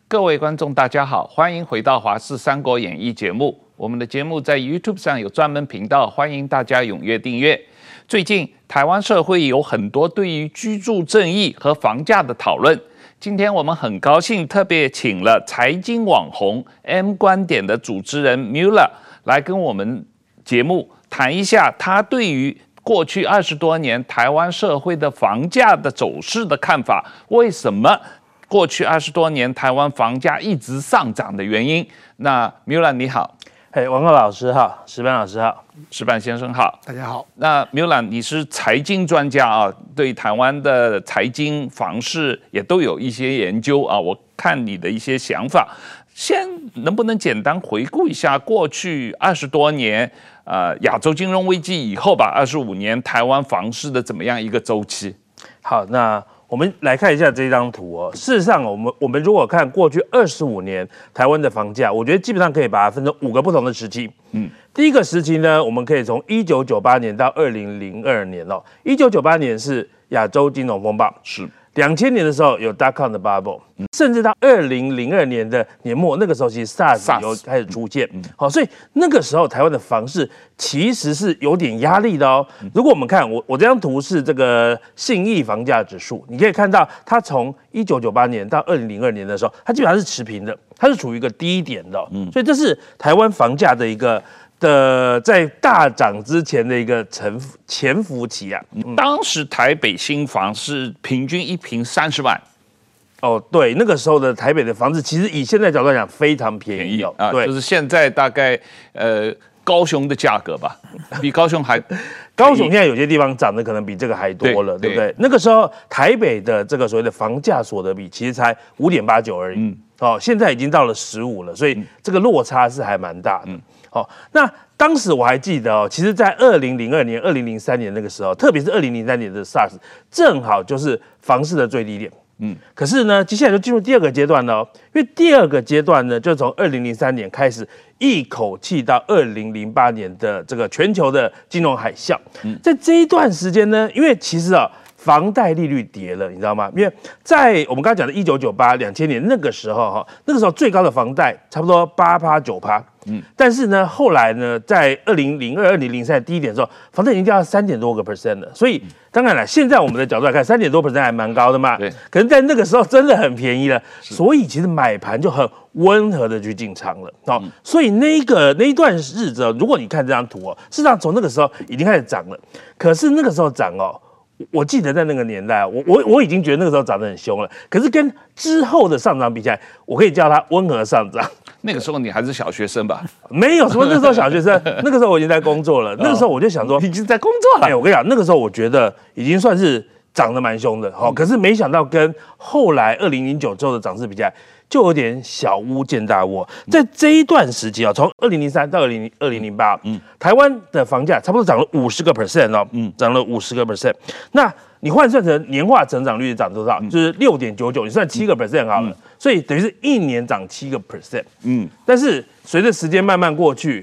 各位观众，大家好，欢迎回到《华视三国演义》节目。我们的节目在 YouTube 上有专门频道，欢迎大家踊跃订阅。最近台湾社会有很多对于居住正义和房价的讨论。今天我们很高兴特别请了财经网红 M 观点的主持人 Mula 来跟我们节目谈一下他对于过去20多年台湾社会的房价的走势的看法，为什么过去20多年台湾房价一直上涨的原因。那 Mula 你好。 王浩老师好，石板老师好， 石板先生好， 大家好。 那 Mula 你是财经专家啊，对台湾的财经房市也都有一些研究啊，我看你的一些想法，先能不能简单回顾一下过去20多年，亚洲金融危机以后吧，25年台湾房市的怎么样一个周期？ 好，那我们来看一下这张图哦。事实上，我们如果看过去25年台湾的房价，我觉得基本上可以把它分成5个不同的时期。第一个时期呢，我们可以从1998年到2002年哦。1998年是亚洲金融风暴， 是 2000年的时候有 dot-com 的 bubble，甚至到2002年的年末，那个时候其实 SARS 有开始出现。好，所以那个时候台湾的房市其实是有点压力的哦。如果我们看我这张图是这个信义房价指数，你可以看到它从1998年到2002年的时候，它基本上是持平的，它是处于一个低点的。所以这是台湾房价的一个在大涨之前的一个潜伏期啊。 当时台北新房是平均一坪30万。 哦，对，那个时候的台北的房子，其实以现在角度来讲非常便宜哦。对， 就是现在大概高雄的价格吧，比高雄还高雄现在有些地方涨得可能比这个还多了，对不对？那个时候台北的这个所谓的房价所得比其实才5.89而已，现在已经到了15了，所以这个落差是还蛮大的。那当时我还记得其实在2002年、2003年那个时候，特别是2003年的 SARS， 正好就是房市的最低点。可是呢，接下来就进入第二个阶段了，因为第二个阶段呢，就从2003年开始，一口气到2008年的这个全球的金融海啸。在这一段时间呢，因为其实房贷利率跌了，你知道吗？因为在我们刚才讲的1998、2000年那个时候，那个时候最高的房贷差不多8%、9%。但是呢，后来呢，在2002、2003低点的时候，房贷已经掉到3.多个%了。所以当然了，现在我们的角度来看，3.多%还蛮高的嘛。对。可是在那个时候真的很便宜了，所以其实买盘就很温和的去进场了。所以那一段日子，如果你看这张图事实上从那个时候已经开始涨了。可是那个时候涨我记得在那个年代，我已经觉得那个时候涨得很凶了。可是跟之后的上涨比起来，我可以叫它温和上涨。 那个时候你还是小学生吧？ 没有什么，那时候小学生，那个时候我已经在工作了。那个时候我就想说， 已经在工作了。 我跟你讲，那个时候我觉得已经算是涨得蛮凶的。可是没想到跟后来2009之后的涨势比起来，就有点小巫见大巫。在这一段时期从2003到2008，台湾的房价差不多涨了50个%哦，涨了50个%。那你换算成年化成长率涨多少？就是6.99，你算7个%好了。所以等于是1年涨7个%。但是随着时间慢慢过去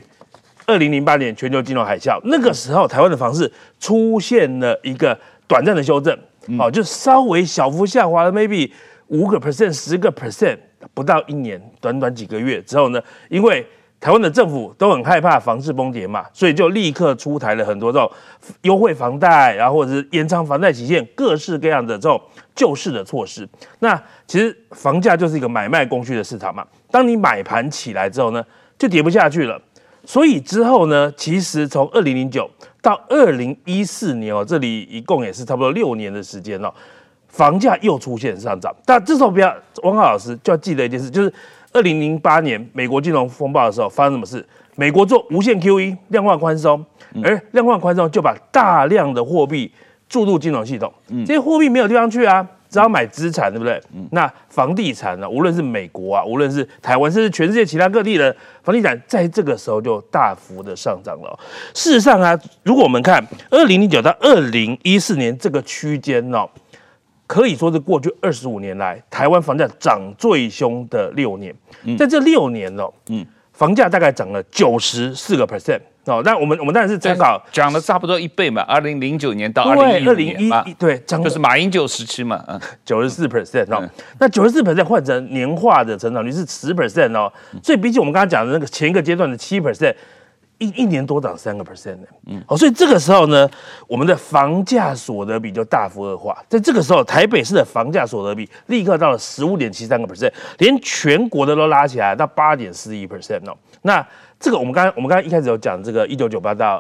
，2008年全球金融海啸，那个时候台湾的房市出现了一个短暂的修正，就稍微小幅下滑了 ，maybe5个%、10个%，不到1年，短短几个月之后呢，因为台湾的政府都很害怕房市崩跌嘛，所以就立刻出台了很多这种优惠房贷，然后或者是延长房贷期限，各式各样的这种救市的措施。那其实房价就是一个买卖供需的市场嘛，当你买盘起来之后呢，就跌不下去了。所以之后呢，其实从2009到2014年这里一共也是差不多6年的时间房价又出现上涨。但这时候汪浩老师就要记得一件事，就是2008年美国金融风暴的时候发生什么事？美国做无限 QE 量化宽松，而量化宽松就把大量的货币注入金融系统，这些货币没有地方去啊，只好买资产，对不对？那房地产无论是美国无论是台湾，甚至全世界其他各地的房地产，在这个时候就大幅的上涨了。事实上如果我们看2009到2014年这个区间可以说是过去25年来台湾房价涨最凶的6年。在这6年房价大概涨了94个%， 哦，那我们当然是参考讲了差不多1倍嘛，2009年到2015年嘛， 对， 就是马英九时期嘛 ，94% 哦，那94% 换成年化的成长率是10% 哦，所以比起我们刚刚讲的那个前一个阶段的7%。一年多涨3%呢，所以这个时候呢，我们的房价所得比就大幅恶化。在这个时候，台北市的房价所得比立刻到了15.73%，连全国的都拉起来到8.41%哦。那这个我们刚刚一开始有讲这个1998到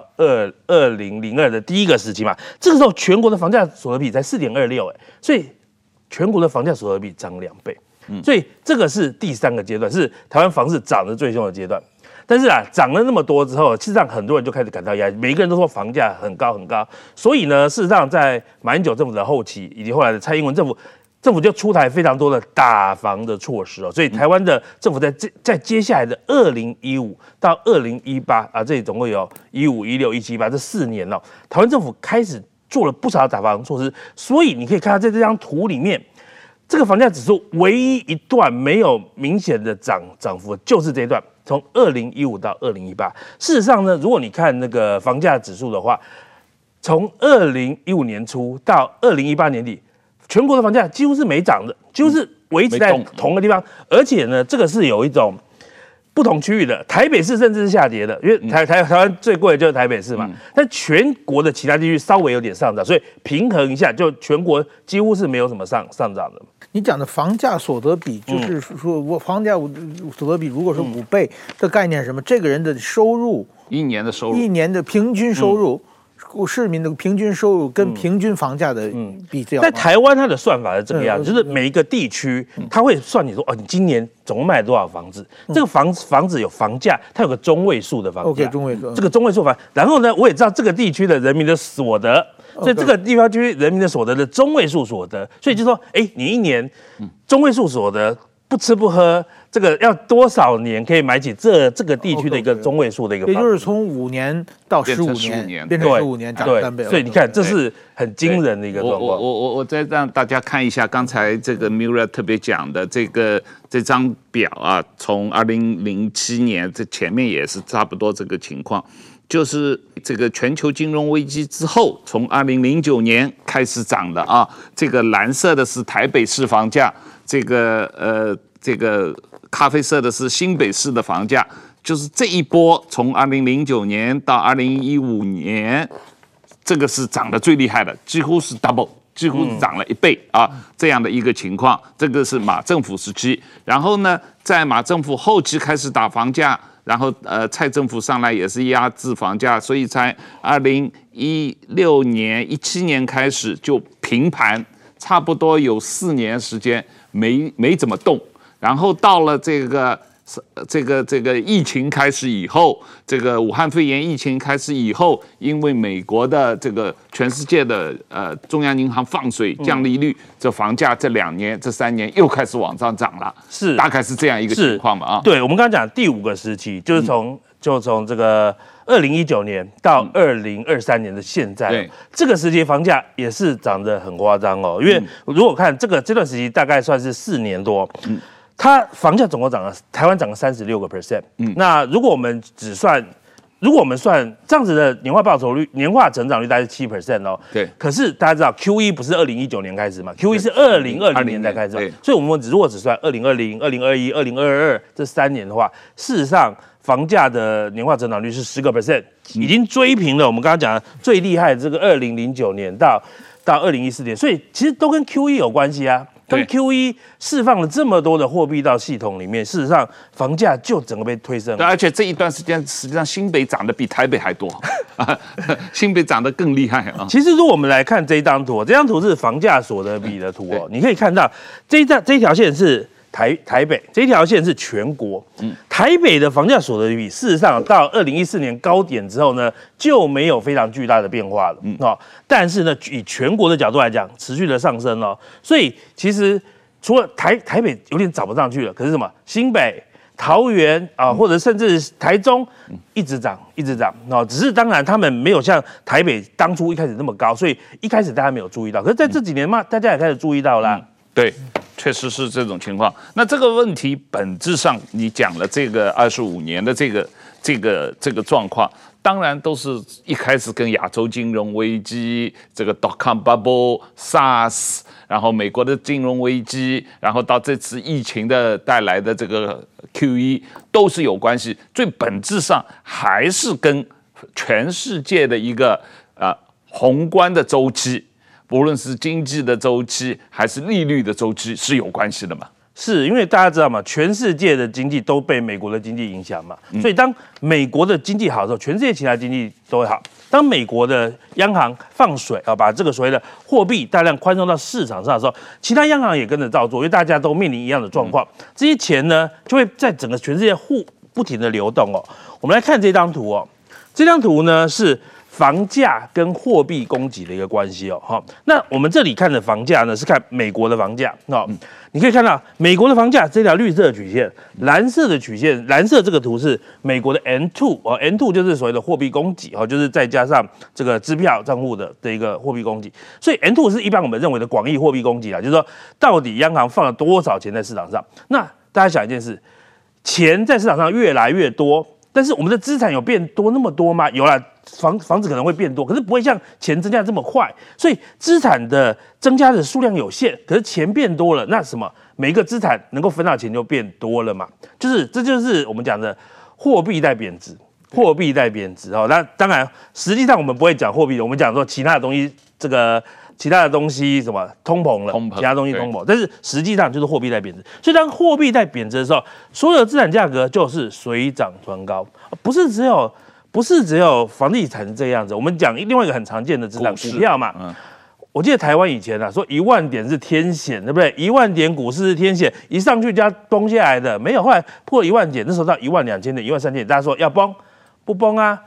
2002的第一个时期嘛，这个时候全国的房价所得比才4.26，所以全国的房价所得比涨2倍。所以这个是第3个阶段，是台湾房市涨得最凶的阶段。但是涨了那么多之后，事实上很多人就开始感到压力，每一个人都说房价很高很高。所以呢，事实上在马英九政府的后期，以及后来的蔡英文政府就出台非常多的打房的措施哦。所以台湾的政府在接下来的2015到2018这里总共有15、16、17、18这4年哦，台湾政府开始做了不少打房措施。所以你可以看到在这张图里面，这个房价指数唯一一段没有明显的涨幅，就是这一段。从2015到2018，事实上呢，如果你看那个房价指数的话，从2015年初到2018年底，全国的房价几乎是没涨的，几乎是维持在同个地方，而且呢，这个是有一种不同区域的，台北市甚至是下跌的，因为台湾最贵的就是台北市嘛，但全国的其他地区稍微有点上涨，所以平衡一下，就全国几乎是没有什么上涨的。 你讲的房价所得比，就是说我房价所得比如果是5倍，这概念是什么？这个人的收入， 一年的收入， 一年的平均收入。市民的平均收入跟平均房价的比较， 在台湾它的算法是这个样子，就是每一个地区它会算你说你今年总共卖了多少房子，这个房子有房价，它有个中位数的房价 ，OK， 中位数， 这个中位数房，然后呢，我也知道这个地区的人民的所得，所以这个地方区人民的所得的中位数所得，所以就说，你一年中位数所得不吃不喝。这个要多少年可以买起这个地区的一个中位数的一个房子？ 也就是从5年到15年，变成15年涨3倍。 所以你看，这是很惊人的一个状况。 我再让大家看一下刚才这个 Mira 特别讲的这张表啊，从2007年这前面也是差不多这个情况，就是这个全球金融危机之后，从2009年开始涨的啊。这个蓝色的是台北市房价，这个咖啡色的是新北市的房价，就是这一波从2009年到2015年，这个是涨得最厉害的，几乎是 double， 几乎是涨了1倍啊，这样的一个情况。这个是马政府时期，然后呢，在马政府后期开始打房价，然后蔡政府上来也是压制房价，所以才2016年、17年开始就平盘，差不多有4年时间没怎么动。然后到了这个疫情开始以后，这个武汉肺炎疫情开始以后，因为美国的这个全世界的中央银行放水降利率，这房价这2年、这3年又开始往上涨了， 是大概是这样一个情况嘛啊？ 对，我们刚刚讲第5个时期，就是从这个2019年到2023年的现在，这个时期房价也是涨得很夸张哦。因为如果看这段时期，大概算是4年多。它房价总共涨了，台湾涨了36%。那如果我们算这样子的年化报酬率、年化成长率大概是7%哦。对。可是大家知道 ，Q1 不是2019年开始嘛 ？Q1 是2020年才开始，所以我们如果只算2020、2021、2022这3年的话，事实上房价的年化成长率是10%，已经追平了我们刚刚讲的最厉害的这个2009年到2014年，所以其实都跟 Q1 有关系啊。当 Q1 释放了这么多的货币到系统里面，事实上房价就整个被推升。 对，而且这一段时间，实际上新北涨得比台北还多，新北涨得更厉害啊。 其实如果我们来看这张图，这张图是房价所得比的图哦，你可以看到这一条线是台北，这一条线是全国。台北的房价所得比，事实上到2014年高点之后呢，就没有非常巨大的变化了。但是呢，以全国的角度来讲，持续的上升哦。所以其实除了台北有点涨不上去了，可是什么新北、桃园啊，或者甚至台中一直涨只是当然他们没有像台北当初一开始那么高，所以一开始大家没有注意到。可是在这几年嘛，大家也开始注意到啦。 对，确实是这种情况。那这个问题本质上，你讲了这个25年的这这个状况。当然都是一开始跟亚洲金融危机、这个 dot-com bubble、SARS， 然后美国的金融危机，然后到这次疫情的带来的这个 QE 都是有关系。最本质上还是跟全世界的一个宏观的周期，不论是经济的周期还是利率的周期是有关系的嘛。 是因为大家知道嘛，全世界的经济都被美国的经济影响嘛，所以当美国的经济好的时候，全世界其他经济都会好。当美国的央行放水啊，把这个所谓的货币大量宽松到市场上的时候，其他央行也跟着照做，因为大家都面临一样的状况，这些钱呢就会在整个全世界不停的流动哦。我们来看这张图哦，这张图呢是房价跟货币供给的一个关系哦。好，那我们这里看的房价呢是看美国的房价哦。你可以看到美国的房价这条绿色的曲线，蓝色的曲线，蓝色这个图是美国的 N2 哦 ，N2 就是所谓的货币供给哦，就是再加上这个支票账户的一个货币供给，所以 N2 是一般我们认为的广义货币供给啦，就是说到底央行放了多少钱在市场上。那大家想一件事，钱在市场上越来越多，但是我们的资产有变多那么多吗？有啦。房子可能会变多，可是不会像钱增加这么快，所以资产的增加的数量有限，可是钱变多了，那什么？每一个资产能够分到的钱就变多了嘛？这就是我们讲的货币在贬值，货币在贬值哦。那当然，实际上我们不会讲货币，我们讲说其他的东西，其他的东西什么通膨了，其他东西通膨，但是实际上就是货币在贬值。所以当货币在贬值的时候，所有的资产价格就是水涨船高，不是只有房地产是这样子，我们讲另外一个很常见的资产，股票嘛。我记得台湾以前说10000点是天险，对不对？10000点股市是天险，一上去就要崩下来的，没有。后来破了10000点，那时候到12000点、13000点，大家说要崩，不崩啊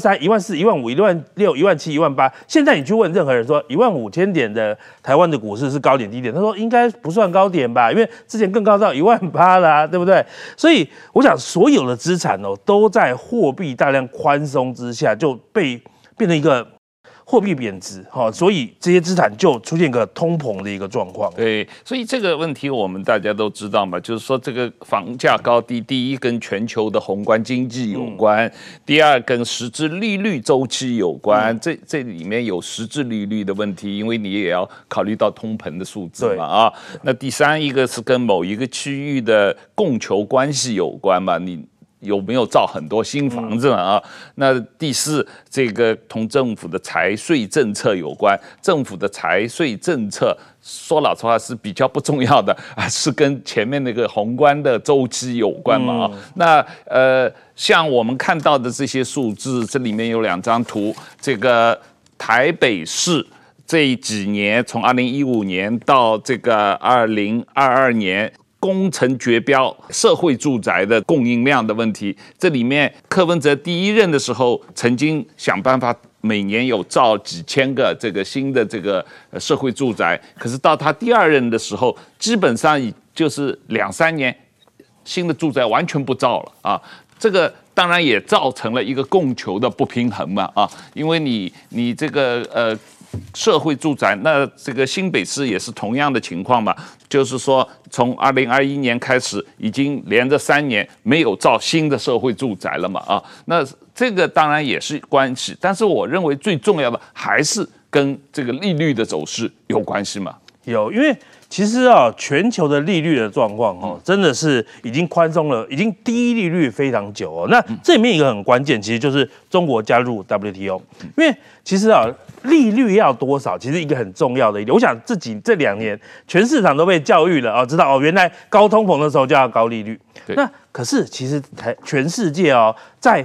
，13000、14000、15000、16000、17000、18000。现在你去问任何人说15000点的台湾的股市是高点低点，他说应该不算高点吧，因为之前更高到18000啦，对不对？所以我想所有的资产都在货币大量宽松之下，就变成一个货币贬值，所以这些资产就出现一个通膨的一个状况。 对，所以这个问题我们大家都知道嘛，就是说这个房价高低，第一跟全球的宏观经济有关，第二跟实质利率周期有关。这里面有实质利率的问题，因为你也要考虑到通膨的数字嘛啊。那第三一个是跟某一个区域的供求关系有关嘛，你有没有造很多新房子啊？那第四，这个同政府的财税政策有关。政府的财税政策，说老实话是比较不重要的啊，是跟前面那个宏观的周期有关嘛啊。那像我们看到的这些数字，这里面有2张图，这个台北市这几年，从2015年到这个2022年。工程绝标，社会住宅的供应量的问题，这里面柯文哲第一任的时候，曾经想办法每年有造几千个这个新的这个社会住宅，可是到他第二任的时候，基本上就是2-3年，新的住宅完全不造了啊，这个。当然也造成了一个供求的不平衡嘛啊，因为你这个社会住宅，那这个新北市也是同样的情况嘛，就是说从2021年开始，已经连着3年没有造新的社会住宅了嘛啊，那这个当然也是关系，但是我认为最重要的还是跟这个利率的走势有关系嘛。 有，因为其实全球的利率的状况真的是已经宽松了，已经低利率非常久哦。那这里面一个很关键，其实就是中国加入 WTO， 因为其实利率要多少，其实一个很重要的一点。我想这2年全市场都被教育了知道原来高通膨的时候就要高利率。那可是其实全世界在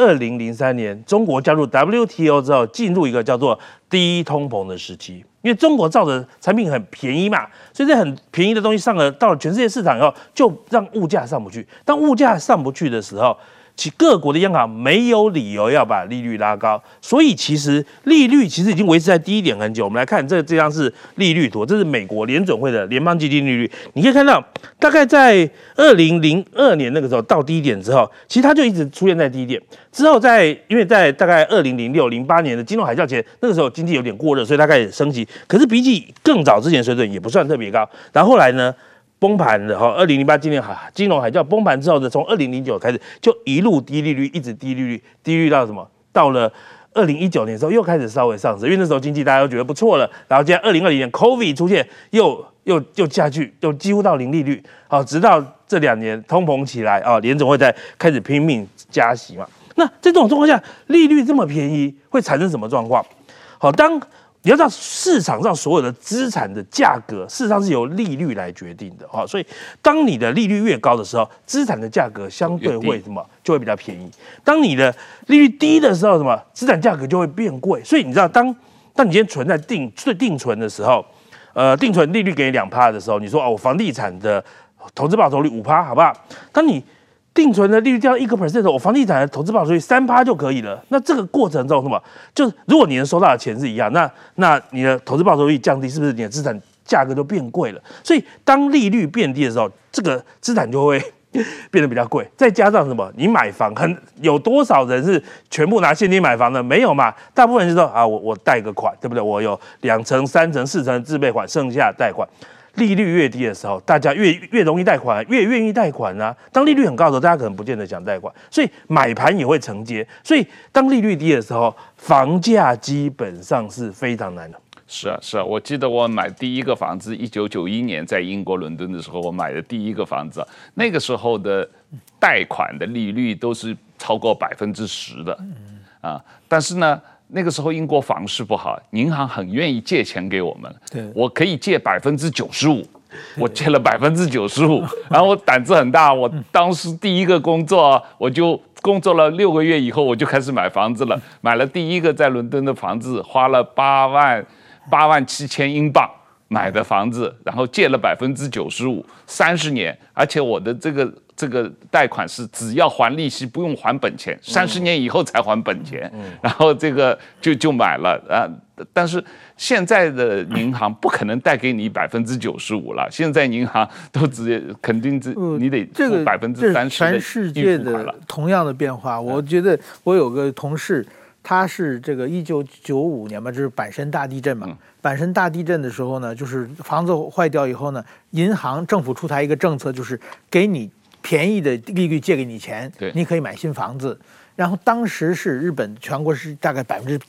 2003年中国加入 WTO 之后，进入一个叫做低通膨的时期。因为中国造的产品很便宜嘛，所以这很便宜的东西到了全世界市场以后，就让物价上不去。当物价上不去的时候，其各国的央行没有理由要把利率拉高，所以其实利率已经维持在低点很久。我们来看这张是利率图，这是美国联准会的联邦基金利率。你可以看到，大概在2002年那个时候到低点之后，其实它就一直出现在低点。之后因为在大概2006、08年的金融海啸前，那个时候经济有点过热，所以它开始升级。可是比起更早之前水准也不算特别高。然后后来呢， 崩盘的哈，2008今年金融海啸崩盘之后呢，从2009开始就一路低利率，一直低利率，低利率到什么？到了2019年的时候又开始稍微上升，因为那时候经济大家都觉得不错了。然后接下来2020年 COVID 出现，又下去，又几乎到零利率。好，直到这2年通膨起来啊，联总会在开始拼命加息嘛。那在这种状况下，利率这么便宜，会产生什么状况？好，你要知道，市场上所有的资产的价格，事实上是由利率来决定的哈。所以，当你的利率越高的时候，资产的价格相对会什么就会比较便宜。当你的利率低的时候，什么资产价格就会变贵。所以你知道，当你今天存在定存的时候，定存利率给你2%的时候，你说哦，我房地产的投资报酬率5%，好不好？当你定存的利率掉1%的时候，我房地产的投资报酬率3%就可以了。那这个过程中什么？就是如果你能收到的钱是一样，那你的投资报酬率降低，是不是你的资产价格就变贵了？所以当利率变低的时候，这个资产就会变得比较贵。再加上什么？你买房有多少人是全部拿现金买房的？没有嘛？大部分人就说啊，我贷个款，对不对？我有2成、3成、4成的自备款，剩下贷款。利率越低的时候，大家越容易贷款，越愿意贷款啊。当利率很高的时候，大家可能不见得想贷款，所以买盘也会承接。所以当利率低的时候，房价基本上是非常难的。 是啊，我记得我买第一个房子，1991年在英国伦敦的时候，我买的第一个房子，那个时候的贷款的利率都是超过10%的，但是呢。那个时候英国房市不好，银行很愿意借钱给我们。对，我可以借95%，我借了95%，然后我胆子很大，我当时第一个工作，我就工作了6个月以后，我就开始买房子了，买了第一个在伦敦的房子，花了8万7千英镑买的房子，然后借了95%，30年，而且我的这个贷款是只要还利息不用还本钱，30年以后才还本钱，然后这个就买了啊。但是现在的银行不可能贷给你95%了，现在银行都肯定你得付30%的全世界的同样的变化。我觉得我有个同事，他是这个1995年嘛，就是阪神大地震嘛。阪神大地震的时候呢，就是房子坏掉以后呢，政府出台一个政策，就是给你便宜的利率借给你钱，你可以买新房子。然后当时是日本全国是大概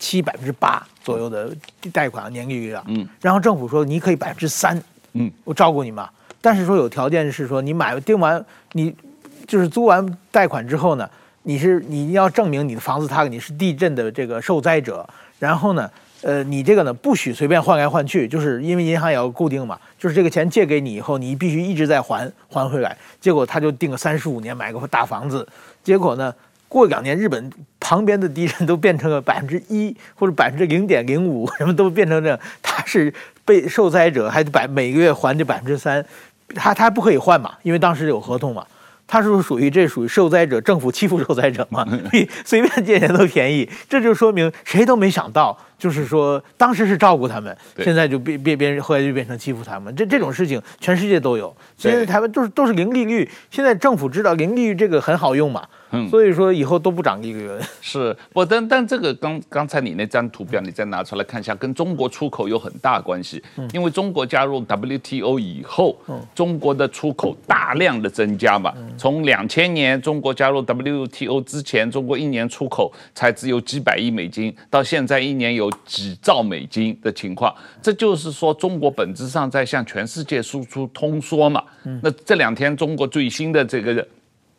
7%、8%左右的贷款年利率啊。然后政府说你可以3%，我照顾你嘛。但是说有条件是说你你就是租完贷款之后呢，你要证明你的房子你是地震的这个受灾者，然后呢。你这个呢不许随便换来换去，就是因为银行也要固定嘛，就是这个钱借给你以后，你必须一直在还回来。结果他就定个35年买个大房子，结果呢过2年，日本旁边的地震都变成了1%或者0.05%，什么都变成这样。他是被受灾者，还得每个月还这3%，他不可以换嘛，因为当时有合同嘛。他是属于受灾者，政府欺负受灾者嘛？随便借钱都便宜，这就说明谁都没想到，就是说当时是照顾他们，现在就后来就变成欺负他们。这种事情全世界都有，现在台湾都是零利率，现在政府知道零利率这个很好用嘛，所以说以后都不涨利率了。 是，但这个刚才你那张图表你再拿出来看一下，跟中国出口有很大关系，因为中国加入 WTO 以后，中国的出口大量的增加嘛。从2000年中国加入 WTO 之前，中国1年出口才只有几百亿美金，到现在1年有几兆美金的情况。这就是说，中国本质上在向全世界输出通缩嘛。那这2天中国最新的这个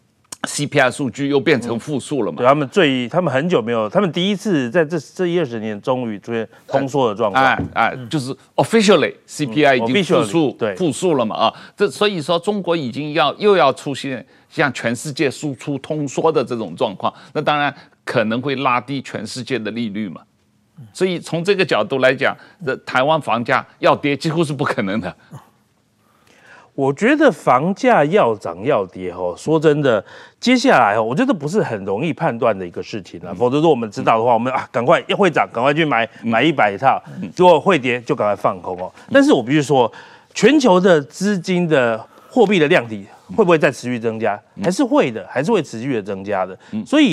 CPI 数据又变成负数了嘛？ 对，他们很久没有，他们第一次在这1-20年终于出现通缩的状况。 就是 officially CPI 已经负数了嘛啊，所以说中国已经又要出现向全世界输出通缩的这种状况，那当然可能会拉低全世界的利率嘛。所以从这个角度来讲，台湾房价要跌几乎是不可能的。 我觉得房价要涨要跌说真的，接下来我觉得不是很容易判断的一个事情了。否则说我们知道的话，我们赶快会涨，赶快去买100套，如果会跌就赶快放空但是我必须说，全球的资金的货币的量体会不会再持续增加？还是会的，还是会持续的增加的。所以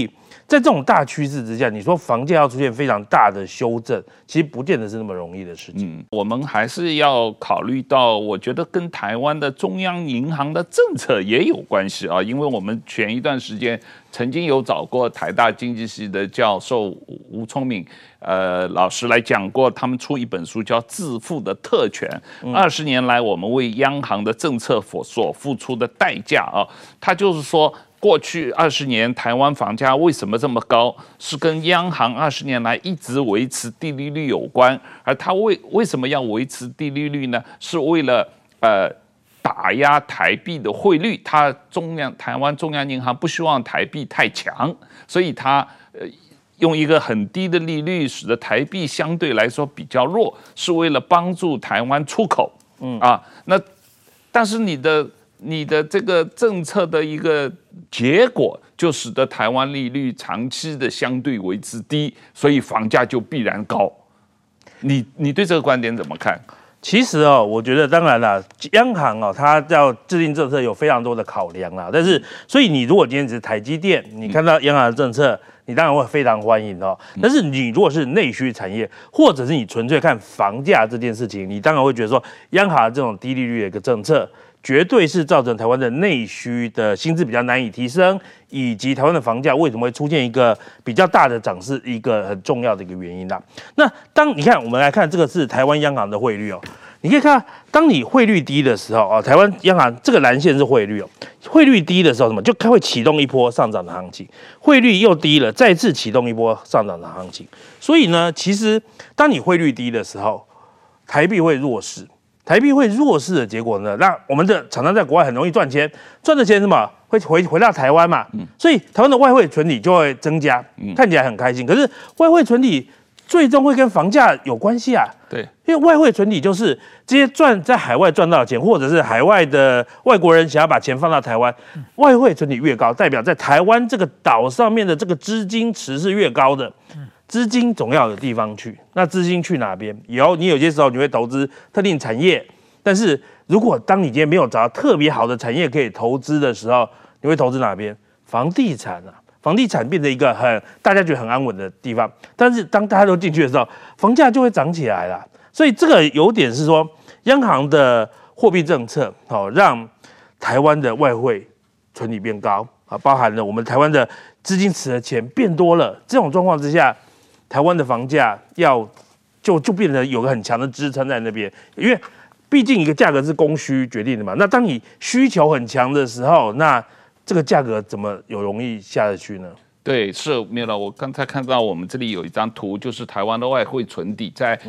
在这种大趋势之下，你说房价要出现非常大的修正，其实不见得是那么容易的事情。 我们还是要考虑到，我觉得跟台湾的中央银行的政策也有关系啊，因为我们前一段时间曾经有找过台大经济系的教授吴聪明老师来讲过，他们出一本书叫《致富的特权》，20年来我们为央行的政策所付出的代价啊，他就是说。过去20年，台湾房价为什么这么高？是跟央行20年来一直维持低利率有关。而它为什么要维持低利率呢？是为了打压台币的汇率。台湾中央银行不希望台币太强，所以它用一个很低的利率，使得台币相对来说比较弱，是为了帮助台湾出口。但是你的这个政策的一个结果，就使得台湾利率长期的相对维持低，所以房价就必然高。你对这个观点怎么看？ 其实我觉得当然啦，央行它要制定政策有非常多的考量啦。但是，所以你如果今天只是台积电，你看到央行的政策，你当然会非常欢迎但是你如果是内需产业，或者是你纯粹看房价这件事情，你当然会觉得说，央行这种低利率的一个政策，绝对是造成台湾的内需的薪资比较难以提升，以及台湾的房价为什么会出现一个比较大的涨势，一个很重要的一个原因啦。那当你看，我们来看这个是台湾央行的汇率你可以看到，当你汇率低的时候台湾央行这个蓝线是汇率汇率低的时候，什么就会启动一波上涨的行情，汇率又低了，再次启动一波上涨的行情。所以呢，其实当你汇率低的时候，台币会弱势。台币会弱势的结果呢，那我们的厂商在国外很容易赚钱，赚的钱是什么？会回到台湾嘛，所以台湾的外汇存底就会增加，看起来很开心。可是外汇存底最终会跟房价有关系啊。 对， 因为外汇存底就是这些在海外赚到的钱，或者是海外的外国人想要把钱放到台湾，外汇存底越高，代表在台湾这个岛上面的这个资金池是越高的。资金总要有地方去，那资金去哪边？你有些时候你会投资特定产业，但是如果当你今天没有找到特别好的产业可以投资的时候，你会投资哪边？房地产啊，房地产变成一个大家觉得很安稳的地方，但是当大家都进去的时候，房价就会涨起来了。所以这个有点是说，央行的货币政策让台湾的外汇存底变高包含了我们台湾的资金池的钱变多了。这种状况之下，台湾的房价就变得有个很强的支撑在那边，因为毕竟一个价格是供需决定的嘛。那当你需求很强的时候，那这个价格怎么有容易下得去呢？ 对，是没有了。我刚才看到我们这里有一张图，就是台湾的外汇存底，在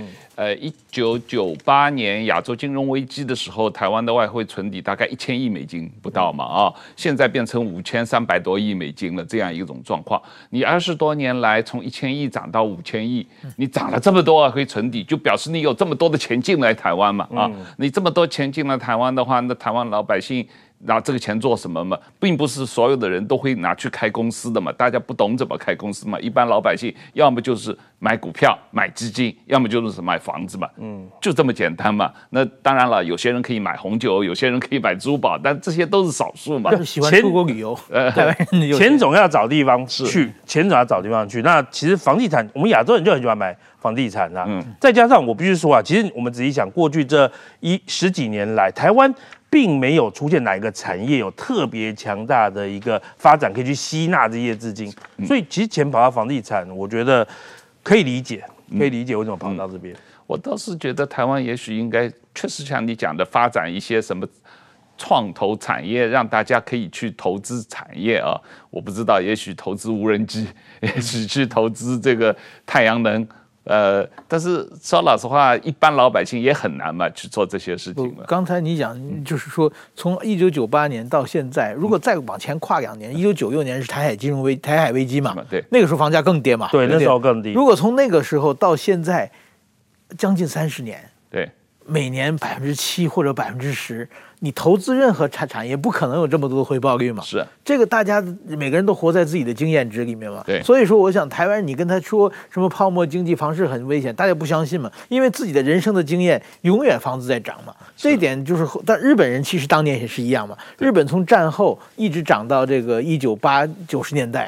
1998年亚洲金融危机的时候，台湾的外汇存底大概1000亿美金不到嘛现在变成5300多亿美金了，这样一种状况。你20多年来从1000亿涨到5000亿，你涨了这么多外汇存底，就表示你有这么多的钱进来台湾嘛你这么多钱进来台湾的话，那台湾老百姓拿这个钱做什么嘛？并不是所有的人都会拿去开公司的嘛，大家不懂怎么开公司嘛。一般老百姓要么就是买股票、买基金，要么就是买房子嘛，就这么简单嘛。那当然了，有些人可以买红酒，有些人可以买珠宝，但这些都是少数嘛。 喜欢出国旅游， 钱总要找地方去，钱总要找地方去。那其实房地产，我们亚洲人就很喜欢买房地产再加上我必须说其实我们仔细想，过去这10几年来，台湾并没有出现哪一个产业有特别强大的一个发展，可以去吸纳这些资金，所以其实钱跑到房地产，我觉得可以理解为什么跑到这边。 我倒是觉得台湾也许应该确实像你讲的，发展一些什么创投产业，让大家可以去投资产业我不知道，也许投资无人机，也许去投资这个太阳能。但是说老实话，一般老百姓也很难嘛去做这些事情嘛。 刚才你讲就是说，从1998年到现在，如果再往前跨2年，1996年是台海危机嘛， 对， 那个时候房价更跌嘛， 对，那时候更低。 如果从那个时候到现在，将近30年， 对， 每年7%或者10%，你投资任何产业不可能有这么多的回报率嘛？ 是这个大家每个人都活在自己的经验值里面嘛。 对， 所以说我想台湾人，你跟他说什么泡沫经济、房市很危险，大家不相信嘛，因为自己的人生的经验，永远房子在涨嘛。这一点就是，但日本人其实当年也是一样嘛。日本从战后一直涨到这个1980、90年代。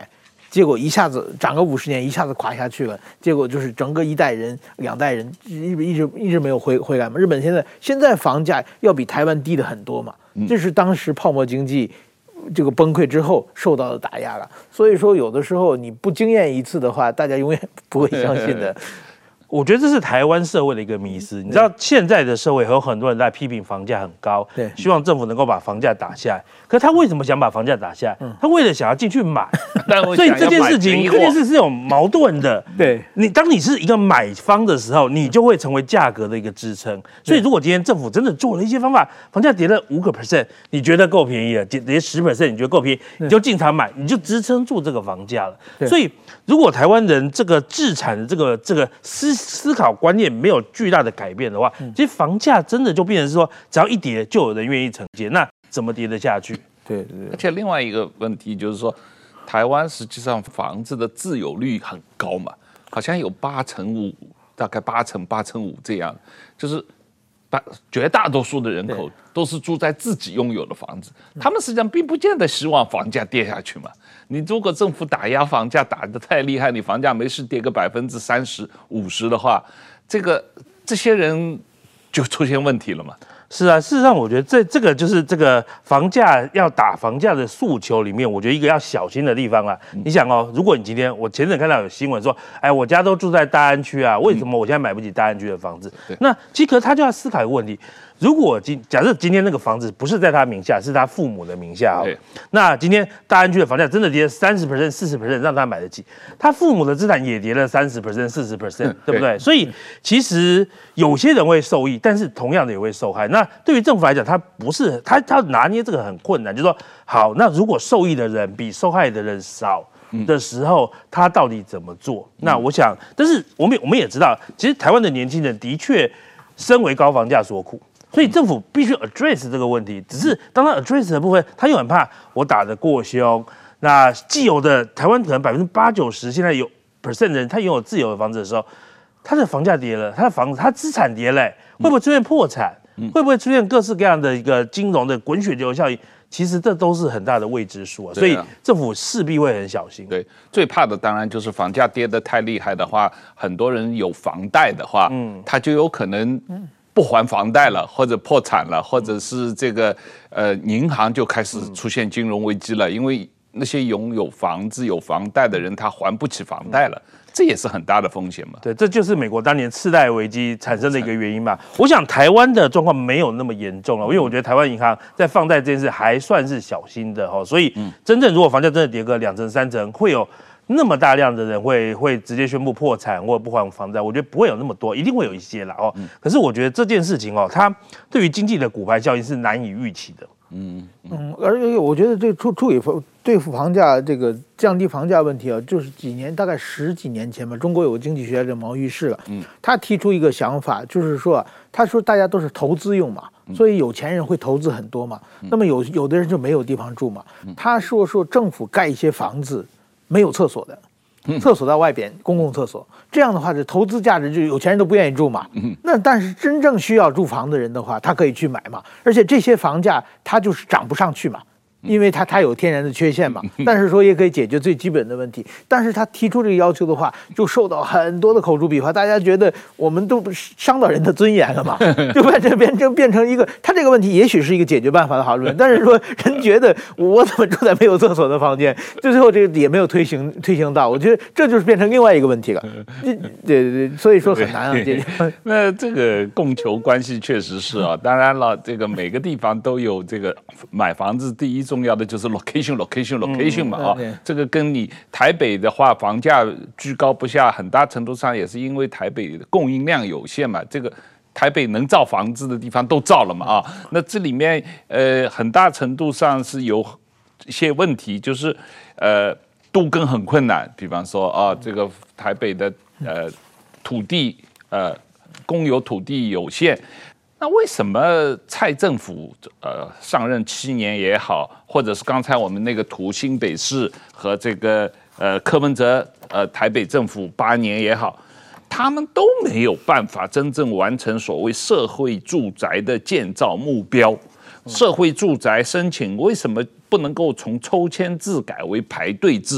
结果一下子涨个50年，一下子垮下去了，结果就是整个1代人、2代人一直没有回来嘛。日本现在房价要比台湾低的很多嘛，这是当时泡沫经济这个崩溃之后受到的打压了。所以说，有的时候你不经验一次的话，大家永远不会相信的。 我觉得这是台湾社会的一个迷思。你知道现在的社会有很多人在批评房价很高， 对， 希望政府能够把房价打下来。可他为什么想把房价打下来？他为了想要进去买，所以这件事是有矛盾的。 对， 当你是一个买方的时候，你就会成为价格的一个支撑。所以如果今天政府真的做了一些方法，房价跌了5%，你觉得够便宜了；跌10%，你觉得够便宜，你就进场买，你就支撑住这个房价了。所以如果台湾人这个置产的这个思考观念没有巨大的改变的话，其实房价真的就变成是说，只要一跌，就有人愿意承接，那怎么跌得下去？ 对， 而且另外一个问题就是说，台湾实际上房子的自有率很高嘛，好像有85%，大概8%、这样，就是绝大多数的人口都是住在自己拥有的房子，他们实际上并不见得希望房价跌下去嘛。你如果政府打压房价打得太厉害，你房价没事跌个30%、50%的话，这些人就出现问题了嘛。 是啊，事实上，我觉得这个就是这个房价要打房价的诉求里面，我觉得一个要小心的地方啊。你想哦，如果你今天我前阵看到有新闻说，哎，我家都住在大安区啊，为什么我现在买不起大安区的房子？那其实他就要思考一个问题。如果假设今天那个房子不是在他名下，是他父母的名下，那今天大安区的房价真的跌了30%、40%，让他买得起，他父母的资产也跌了30%、40%，对不对？所以其实有些人会受益，但是同样的也会受害。那对于政府来讲，他不是他拿捏这个很困难，就是说，好，那如果受益的人比受害的人少的时候，他到底怎么做？那我想，但是我们也知道，其实台湾的年轻人的确身为高房价所苦。所以政府必须 address 这个问题，只是当他 address 的部分，他又很怕我打得过凶。那既有的台湾可能80%-90%现在有%的人，他拥有自有的房子的时候，他的房价跌了，他的房子他资产跌了，会不会出现破产？会不会出现各式各样的一个金融的滚雪球效应？其实这都是很大的未知数啊，所以政府势必会很小心。 对，最怕的当然就是房价跌得太厉害的话，很多人有房贷的话，他就有可能不还房贷了，或者破产了，或者是这个银行就开始出现金融危机了，因为那些拥有房子有房贷的人他还不起房贷了，这也是很大的风险嘛。 对，这就是美国当年次贷危机产生的一个原因嘛。我想台湾的状况没有那么严重了，因为我觉得台湾银行在放贷这件事还算是小心的所以真正如果房价真的跌个2成3成，会有那么大量的人会直接宣布破产或者不还房贷，我觉得不会有那么多，一定会有一些啦可是我觉得这件事情它对于经济的骨牌效应是难以预期的。 而且我觉得这对付房价这个降低房价问题就是大概10几年前吧，中国有个经济学家叫毛玉士他提出一个想法，就是说他说大家都是投资用嘛，所以有钱人会投资很多嘛，那么有的人就没有地方住嘛，他说政府盖一些房子没有厕所的，厕所在外边，公共厕所，这样的话，这投资价值就有钱人都不愿意住嘛。那但是真正需要住房的人的话，他可以去买嘛，而且这些房价它就是涨不上去嘛。因为它有天然的缺陷嘛，但是说也可以解决最基本的问题。但是他提出这个要求的话，就受到很多的口诛笔伐，大家觉得我们都伤到人的尊严了嘛，就变成一个，他这个问题也许是一个解决办法的好论，但是说人觉得我怎么住在没有厕所的房间，最后这个也没有推行到，我觉得这就是变成另外一个问题了。对，所以说很难解决。 那这个供求关系确实是当然了，这个每个地方都有这个买房子第一重要的就是 location 嘛这个跟你台北的话房价居高不下，很大程度上也是因为台北的供应量有限嘛，这个台北能造房子的地方都造了嘛那这里面很大程度上是有一些问题，就是都更很困难，比方说这个台北的土地公有土地有限。那为什么蔡政府上任7年也好，或者是刚才我们那个图新北市和这个柯文哲台北政府8年也好，他们都没有办法真正完成所谓社会住宅的建造目标？社会住宅申请为什么不能够从抽签制改为排队制？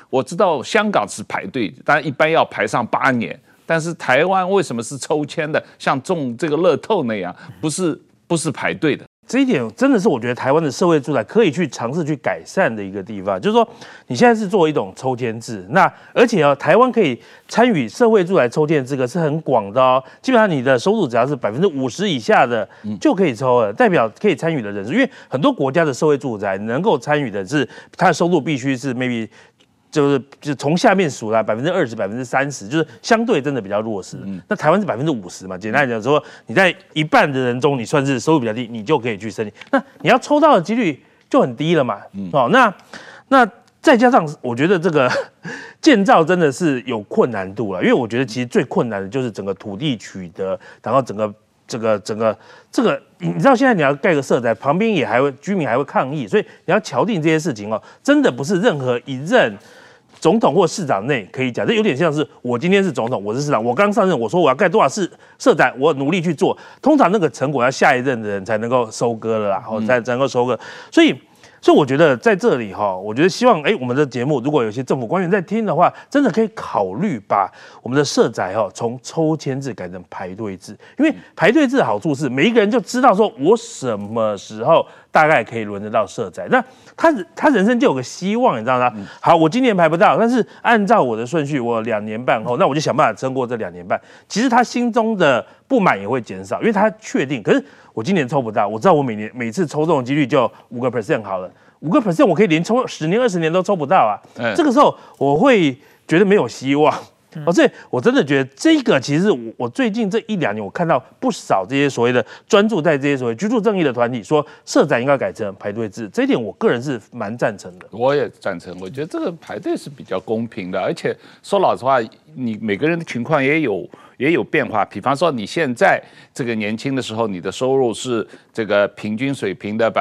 我知道香港是排队，但一般要排上8年。但是台湾为什么是抽签的？像中这个乐透那样，不是排队的。 这一点真的是我觉得台湾的社会住宅可以去尝试去改善的一个地方，就是说你现在是做一种抽签制，那而且台湾可以参与社会住宅抽签资格是很广的哦，基本上你的收入只要是50%以下的就可以抽了，代表可以参与的人数，因为很多国家的社会住宅能够参与的是他的收入必须是 maybe。就是从下面数啦，20%、30%，就是相对真的比较弱势。那台湾是50%嘛，简单来讲说，你在一半的人中，你算是收入比较低，你就可以去申请。那你要抽到的几率就很低了嘛。那再加上我觉得这个建造真的是有困难度了，因为我觉得其实最困难的就是整个土地取得，然后整个，你知道现在你要盖个社宅，旁边居民还会抗议，所以你要敲定这些事情哦，真的不是任何一任总统或市长内可以讲，这有点像是我今天是总统，我是市长，我刚上任，我说我要盖多少社宅，我努力去做，通常那个成果要下一任的人才能够收割了啦，才能够收割，所以我觉得在这里我觉得希望我们的节目如果有些政府官员在听的话，真的可以考虑把我们的社宅从抽签制改成排队制，因为排队制的好处是每一个人就知道说我什么时候大概可以轮得到社宅，那他人生就有个希望，你知道吗？好，我今年排不到，但是按照我的顺序，我2年半后，那我就想办法撑过这2年半。其实他心中的不满也会减少，因为他确定，可是我今年抽不到，我知道我每次抽中的几率就5% 好了，5% 我可以连抽10年、20年都抽不到啊。这个时候我会觉得没有希望。所以我真的觉得这个其实我最近这1-2年，我看到不少这些所谓的专注在这些所谓居住正义的团体说，社宅应该改成排队制，这一点我个人是蛮赞成的。 我也赞成，我觉得这个排队是比较公平的，而且说老实话，你每个人的情况也有变化。比方说你现在这个年轻的时候，你的收入是这个平均水平的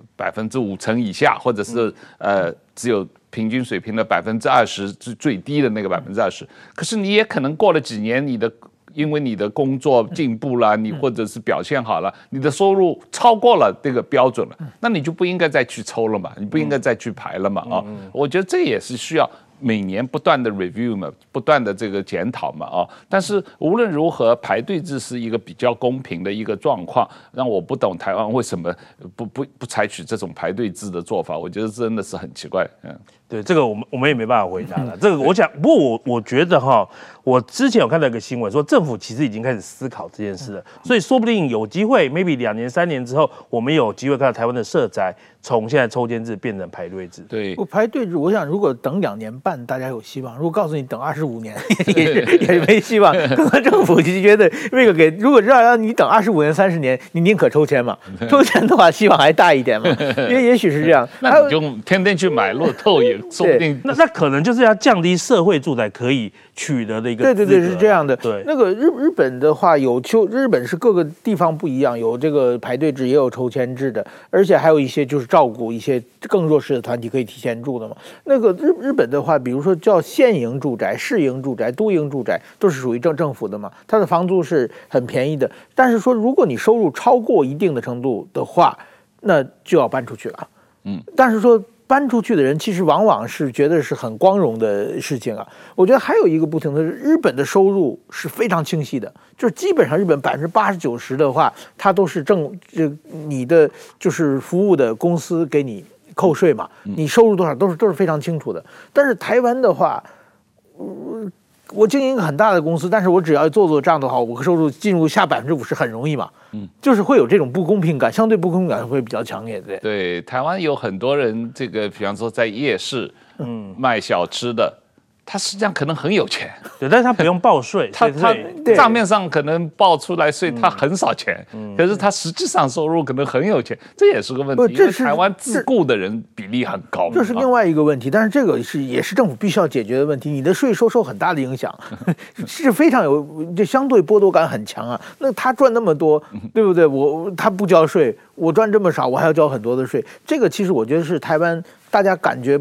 50%以下，或者是只有平均水平的20%是最低的那个20%。可是你也可能过了几年，因为你的工作进步了，你或者是表现好了，你的收入超过了这个标准了，那你就不应该再去抽了嘛，你不应该再去排了嘛啊！我觉得这也是需要每年不断的 review 嘛，不断的这个检讨嘛啊！但是无论如何，排队制是一个比较公平的一个状况，让我不懂台湾为什么不采取这种排队制的做法，我觉得真的是很奇怪。 对，这个我们也没办法回答了。这个我想，不过我觉得我之前有看到一个新闻说，政府其实已经开始思考这件事了，所以说不定有机会 ，maybe 2年3年之后，我们有机会看到台湾的社宅从现在抽签制变成排队制。 对， 排队制，我想如果等2年半，大家有希望；如果告诉你等25年，也没希望。可能政府就觉得那个如果知道要你等25年、30年，你宁可抽签嘛？抽签的话，希望还大一点嘛，因为也许是这样。 那你就天天去买乐透也说不定。 那可能就是要降低社会住宅可以取得的一个资格。 对，是这样的。 对， 那个日本的话日本是各个地方不一样，有这个排队制，也有抽签制的，而且还有一些就是照顾一些更弱势的团体可以提前住的嘛。那个日本的话，比如说叫县营住宅、市营住宅、都营住宅，都是属于政府的嘛，它的房租是很便宜的。但是说如果你收入超过一定的程度的话，那就要搬出去了。但是说搬出去的人其实往往是觉得是很光荣的事情啊。我觉得还有一个不同的是，日本的收入是非常清晰的，就是基本上日本80%-90%的话，它都是你的就是服务的公司给你扣税嘛，你收入多少都是非常清楚的。但是台湾的话，我经营一个很大的公司，但是我只要做账的话，我收入进入下50%很容易嘛。就是会有这种不公平感，相对不公平感会比较强烈。 对，台湾有很多人，这个比方说在夜市，卖小吃的，他实际上可能很有钱， 对，但是他不用报税， 他账面上可能报出来税，他很少钱，可是他实际上收入可能很有钱，这也是个问题。因为台湾自雇的人比例很高， 这是另外一个问题。但是这个也是政府必须要解决的问题。你的税收受很大的影响，是非常这相对剥夺感很强啊。那他赚那么多，对不对？他不交税，我赚这么少，我还要交很多的税。这个其实我觉得是台湾大家感觉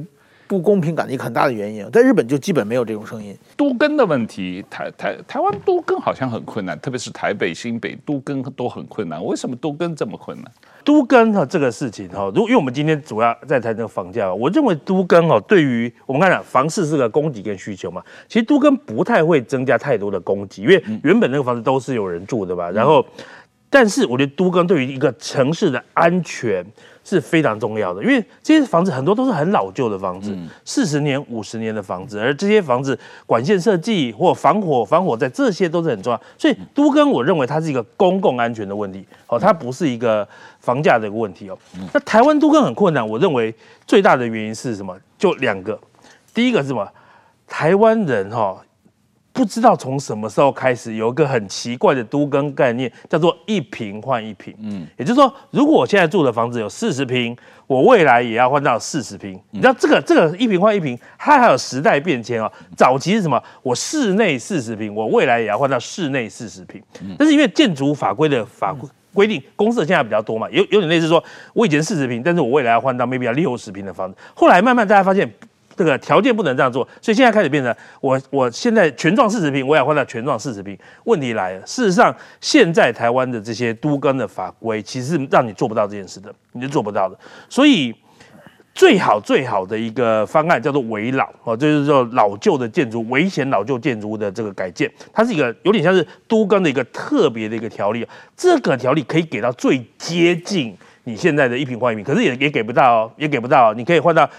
不公平感的一个很大的原因。在日本就基本没有这种声音。 都更的问题，台湾都更好像很困难，特别是台北、新北都更都很困难。为什么都更这么困难？ 都更这个事情因为我们今天主要在谈这个房价，我认为都更对于我们刚才讲房市是个供给跟需求嘛，其实都更不太会增加太多的供给，因为原本那个房子都是有人住的嘛，然后。但是我觉得都更对于一个城市的安全是非常重要的，因为这些房子很多都是很老旧的房子，40年、50年的房子，而这些房子管线设计或防火灾这些都是很重要，所以都更我认为它是一个公共安全的问题，它不是一个房价的一个问题那台湾都更很困难，我认为最大的原因是什么？就2个，第一个是什么？台湾人不知道从什么时候开始有一个很奇怪的都更概念，叫做一坪换一坪。也就是说，如果我现在住的房子有40坪，我未来也要换到40坪。你知道这个一坪换一坪，它还有时代变迁早期是什么？我室内40坪，我未来也要换到室内40坪。但是因为建筑法规的规定，公设现在比较多嘛，有点类似说，我以前40坪，但是我未来要换到 maybe 要60坪的房子。后来慢慢大家发现。这个条件不能这样做，所以现在开始变成我现在全幢40坪，我也要换到全幢40坪。问题来了，事实上现在台湾的这些都更的法规，其实是让你做不到这件事的，你是做不到的。所以最好的一个方案叫做危老就是说老旧的建筑、危险老旧建筑物的这个改建，它是一个有点像是都更的一个特别的一个条例。这个条例可以给到最接近。你现在的一坪换一坪，可是也给不到也给不到你可以换到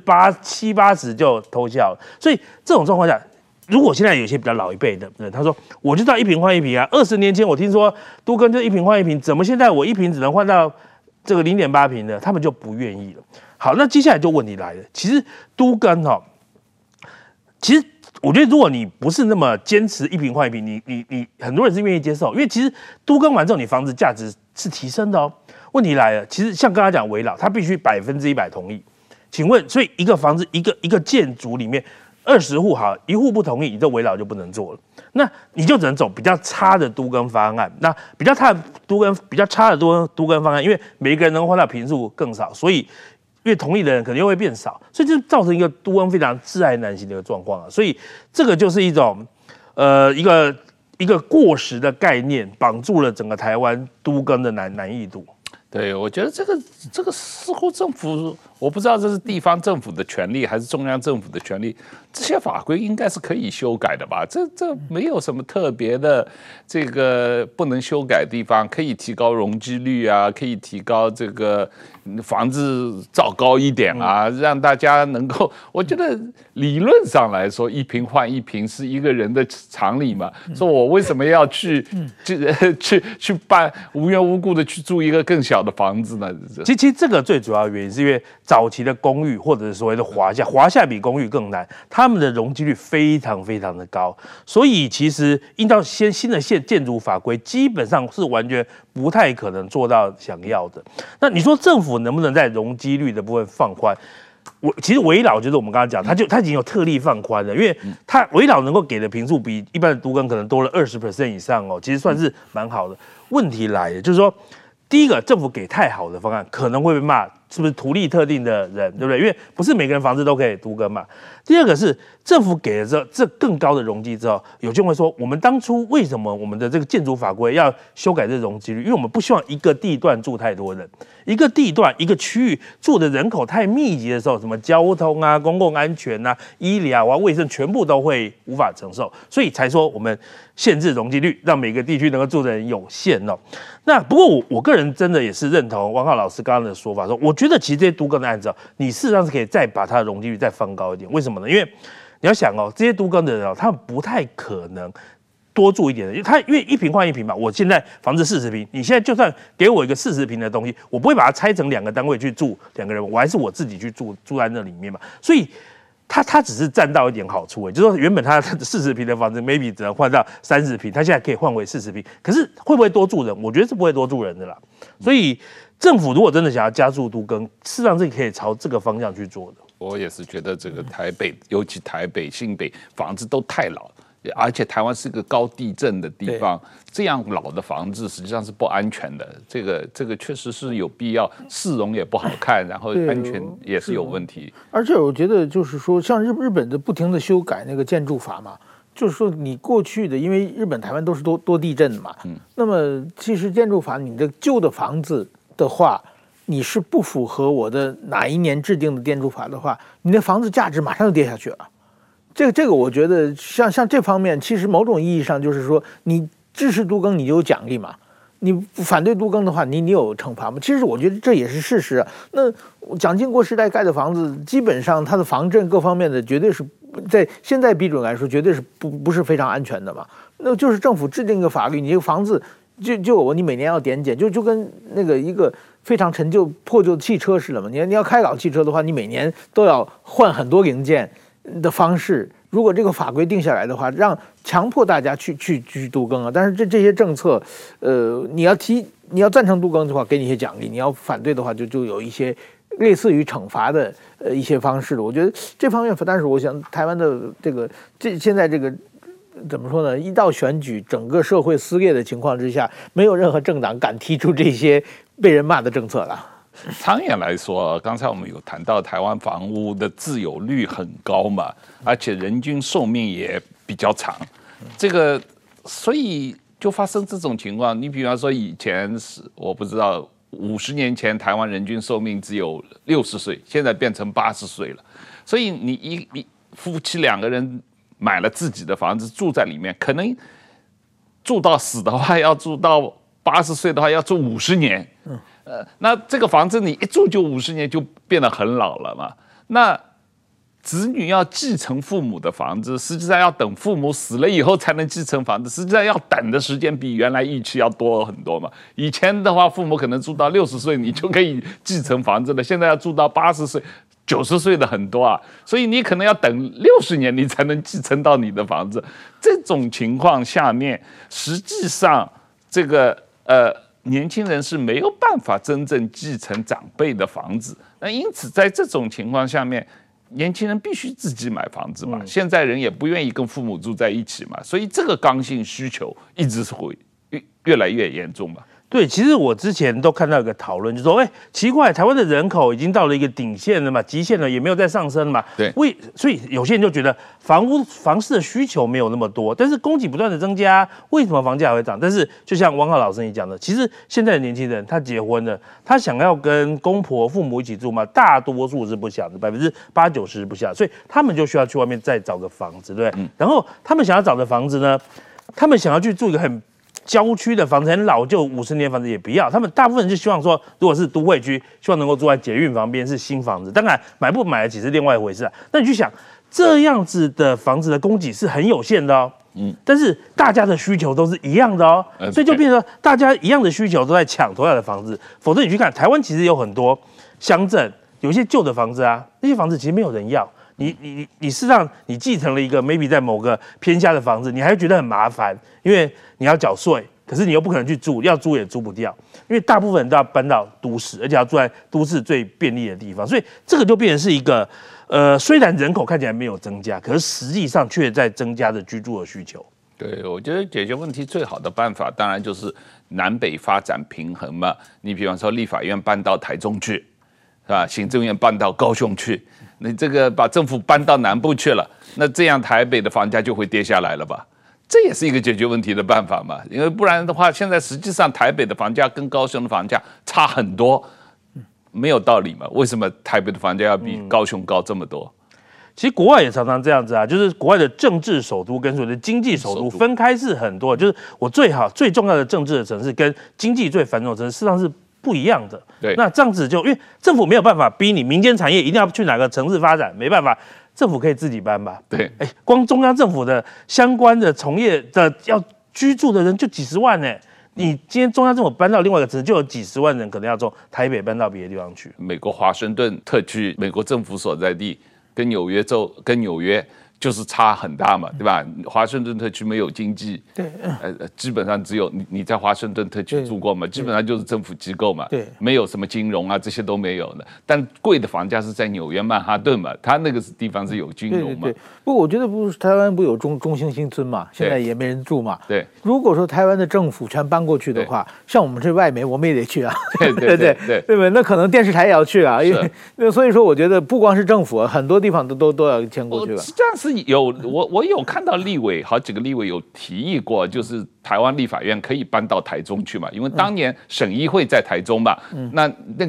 70%-80%就偷笑了。所以这种状况下，如果现在有些比较老一辈的人，他说我就到一坪换一坪啊，20年前我听说都更就一坪换一坪，怎么现在我一坪只能换到这个0.8坪呢？他们就不愿意了。好，那接下来就问题来了，其实都更其实我觉得如果你不是那么坚持一坪换一坪，你很多人是愿意接受，因为其实都更完之后，你房子价值是提升的问题来了，其实像刚才讲危老，它必须100%同意。请问，所以一个房子一个建筑里面20户1户不同意，你这危老就不能做了。那你就只能走比较差的都更方案。那比较差的都更方案，因为每一个人能换到坪数更少，所以越同意的人可能又会变少，所以就造成一个都更非常窒碍难行的一个状况所以这个就是一种一个过时的概念，绑住了整个台湾都更的难易度。 对，我觉得这个似乎政府，我不知道这是地方政府的权利还是中央政府的权利，这些法规应该是可以修改的吧？这没有什么特别的这个不能修改的地方，可以提高容积率啊，可以提高这个房子造高一点啊，让大家能够，我觉得理论上来说，一坪换一坪是一个人的常理嘛。说我为什么要去办无缘无故的去住一个更小的房子呢？ 其实这个最主要的原因是因为早期的公寓或者是所谓的华夏比公寓更难，他们的容积率非常的高，所以其实依照新的建筑法规，基本上是完全不太可能做到想要的。那你说政府能不能在容积率的部分放宽？其实危老就是我们刚刚讲，它已经有特例放宽了，因为它危老能够给的坪数比一般的都更可能多了20% 以上其实算是蛮好的。问题来了，就是说，第一个，政府给太好的方案可能会被骂，是不是图利特定的人，对不对？因为不是每个人房子都可以都更嘛。第二个是政府给了这更高的容积之后，有些人会说，我们当初为什么我们的这个建筑法规要修改这容积率？因为我们不希望一个地段住太多人，一个地段一个区域住的人口太密集的时候，什么交通啊、公共安全啊、医疗啊、卫生，全部都会无法承受，所以才说我们限制容积率，让每个地区能够住的人有限那不过我个人真的也是认同汪浩老师刚刚的说法，说我觉得其实这些都更的案子你事实上是可以再把它的容积率再放高一点。为什么呢？因为你要想这些都更的人他们不太可能多住一点的，因为一坪换一坪嘛。我现在房子40坪，你现在就算给我一个40坪的东西，我不会把它拆成2个单位去住2个人，我还是我自己去住在那里面嘛。所以他只是占到一点好处就是说原本他40坪的房子 maybe 只能换到30坪，他现在可以换回40坪，可是会不会多住人？我觉得是不会多住人的啦。所以政府如果真的想要加速都更，事实上是可以朝这个方向去做的。 我也是觉得这个台北，尤其台北、新北房子都太老了。 而且台湾是个高地震的地方，这样老的房子实际上是不安全的。这个确实是有必要，市容也不好看，然后安全也是有问题。 而且我觉得就是说，像日本的不停的修改那个建筑法嘛，就是说你过去的，因为日本、台湾都是多地震嘛，那么其实建筑法你的旧的房子的话，你是不符合我的哪一年制定的建筑法的话，你的房子价值马上就跌下去了。这个我觉得像这方面，其实某种意义上就是说，你支持都更你就有奖励嘛，你反对都更的话，你有惩罚吗？其实我觉得这也是事实啊。那蒋经国时代盖的房子，基本上它的防震各方面的绝对是在现在标准来说，绝对是不是非常安全的嘛。那就是政府制定一个法律，你这个房子你每年要点检，就跟那个一个非常陈旧破旧的汽车似的嘛。你要开老汽车的话，你每年都要换很多零件的方式，如果这个法规定下来的话，强迫大家去都更啊。但是这些政策，你要赞成都更的话，给你一些奖励；你要反对的话，就有一些类似于惩罚的一些方式的。我觉得这方面，但是我想台湾的现在这个怎么说呢？一到选举，整个社会撕裂的情况之下，没有任何政党敢提出这些被人骂的政策了。 长远来说，刚才我们有谈到台湾房屋的自有率很高嘛，而且人均寿命也比较长，所以就发生这种情况。你比方说以前我不知道50年前台湾人均寿命只有60岁，现在变成80岁了。所以你夫妻2个人买了自己的房子住在里面，可能住到死的话，要住到80岁的话，要住50年。那这个房子你一住就50年，就变得很老了嘛。那子女要继承父母的房子，实际上要等父母死了以后才能继承房子，实际上要等的时间比原来预期要多很多嘛。以前的话，父母可能住到60岁你就可以继承房子了，现在要住到80岁、90岁的很多啊，所以你可能要等60年你才能继承到你的房子。这种情况下面，实际上年轻人是没有办法真正继承长辈的房子。那因此在这种情况下面，年轻人必须自己买房子嘛。现在人也不愿意跟父母住在一起嘛，所以这个刚性需求一直是会越来越严重嘛。 对，其实我之前都看到一个讨论，就说，奇怪，台湾的人口已经到了一个顶线了嘛，极限了，也没有再上升嘛。 对， 所以有些人就觉得房市的需求没有那么多，但是供给不断的增加，为什么房价会涨？但是就像汪浩老师你讲的，其实现在的年轻人他结婚了，他想要跟公婆、父母一起住嘛，大多数是不想的，80%-90%是不想，所以他们就需要去外面再找个房子，对不对？然后他们想要找的房子呢，他们想要去住一个很郊区的房子，很老旧50年房子也不要，他们大部分人就希望说，如果是都会区，希望能够住在捷运旁边，是新房子。当然买不买得起是另外一回事啊。那你去想，这样子的房子的供给是很有限的哦。但是大家的需求都是一样的哦，所以就变成说大家一样的需求都在抢同样的房子。否则你去看台湾，其实有很多乡镇有一些旧的房子啊，那些房子其实没有人要。你事实上你继承了一个 maybe 在某个偏乡的房子，你还会觉得很麻烦，因为你要缴税，可是你又不可能去住，要租也租不掉，因为大部分人都要搬到都市，而且要住在都市最便利的地方，所以这个就变成是一个虽然人口看起来没有增加，可是实际上却在增加的居住的需求。 对，我觉得解决问题最好的办法，当然就是南北发展平衡嘛。你比方说立法院搬到台中去，是吧？行政院搬到高雄去，你这个把政府搬到南部去了，那这样台北的房价就会跌下来了吧？这也是一个解决问题的办法嘛。因为不然的话，现在实际上台北的房价跟高雄的房价差很多，没有道理嘛。为什么台北的房价要比高雄高这么多？ 其实国外也常常这样子啊，就是国外的政治首都跟所谓的经济首都分开是很多，就是我最重要的政治的城市跟经济最繁荣的城市，事实上是不一样的。 对， 那这样子就因为政府没有办法逼你民间产业一定要去哪个城市发展，没办法，政府可以自己搬吧。 对， 光中央政府的相关的从业的要居住的人就几十万呢。你今天中央政府搬到另外一个城市，就有几十万人可能要从台北搬到别的地方去。 美国华盛顿特区，美国政府所在地跟纽约就是差很大嘛，对吧？华盛顿特区没有经济， 对， 基本上只有你在华盛顿特区住过嘛，基本上就是政府机构嘛， 对， 没有什么金融啊这些都没有的。但贵的房价是在纽约曼哈顿嘛，它那个地方是有金融嘛。 对，不过我觉得不是台湾不有中兴新村嘛，现在也没人住嘛。 对， 如果说台湾的政府全搬过去的话，像我们这外媒，我们也得去啊。对吧？那可能电视台也要去啊，因为那所以说，我觉得不光是政府，很多地方都要迁过去了。 实际上是有我有看到立委好几个立委有提议过，就是台湾立法院可以搬到台中去嘛，因为当年省议会在台中嘛，那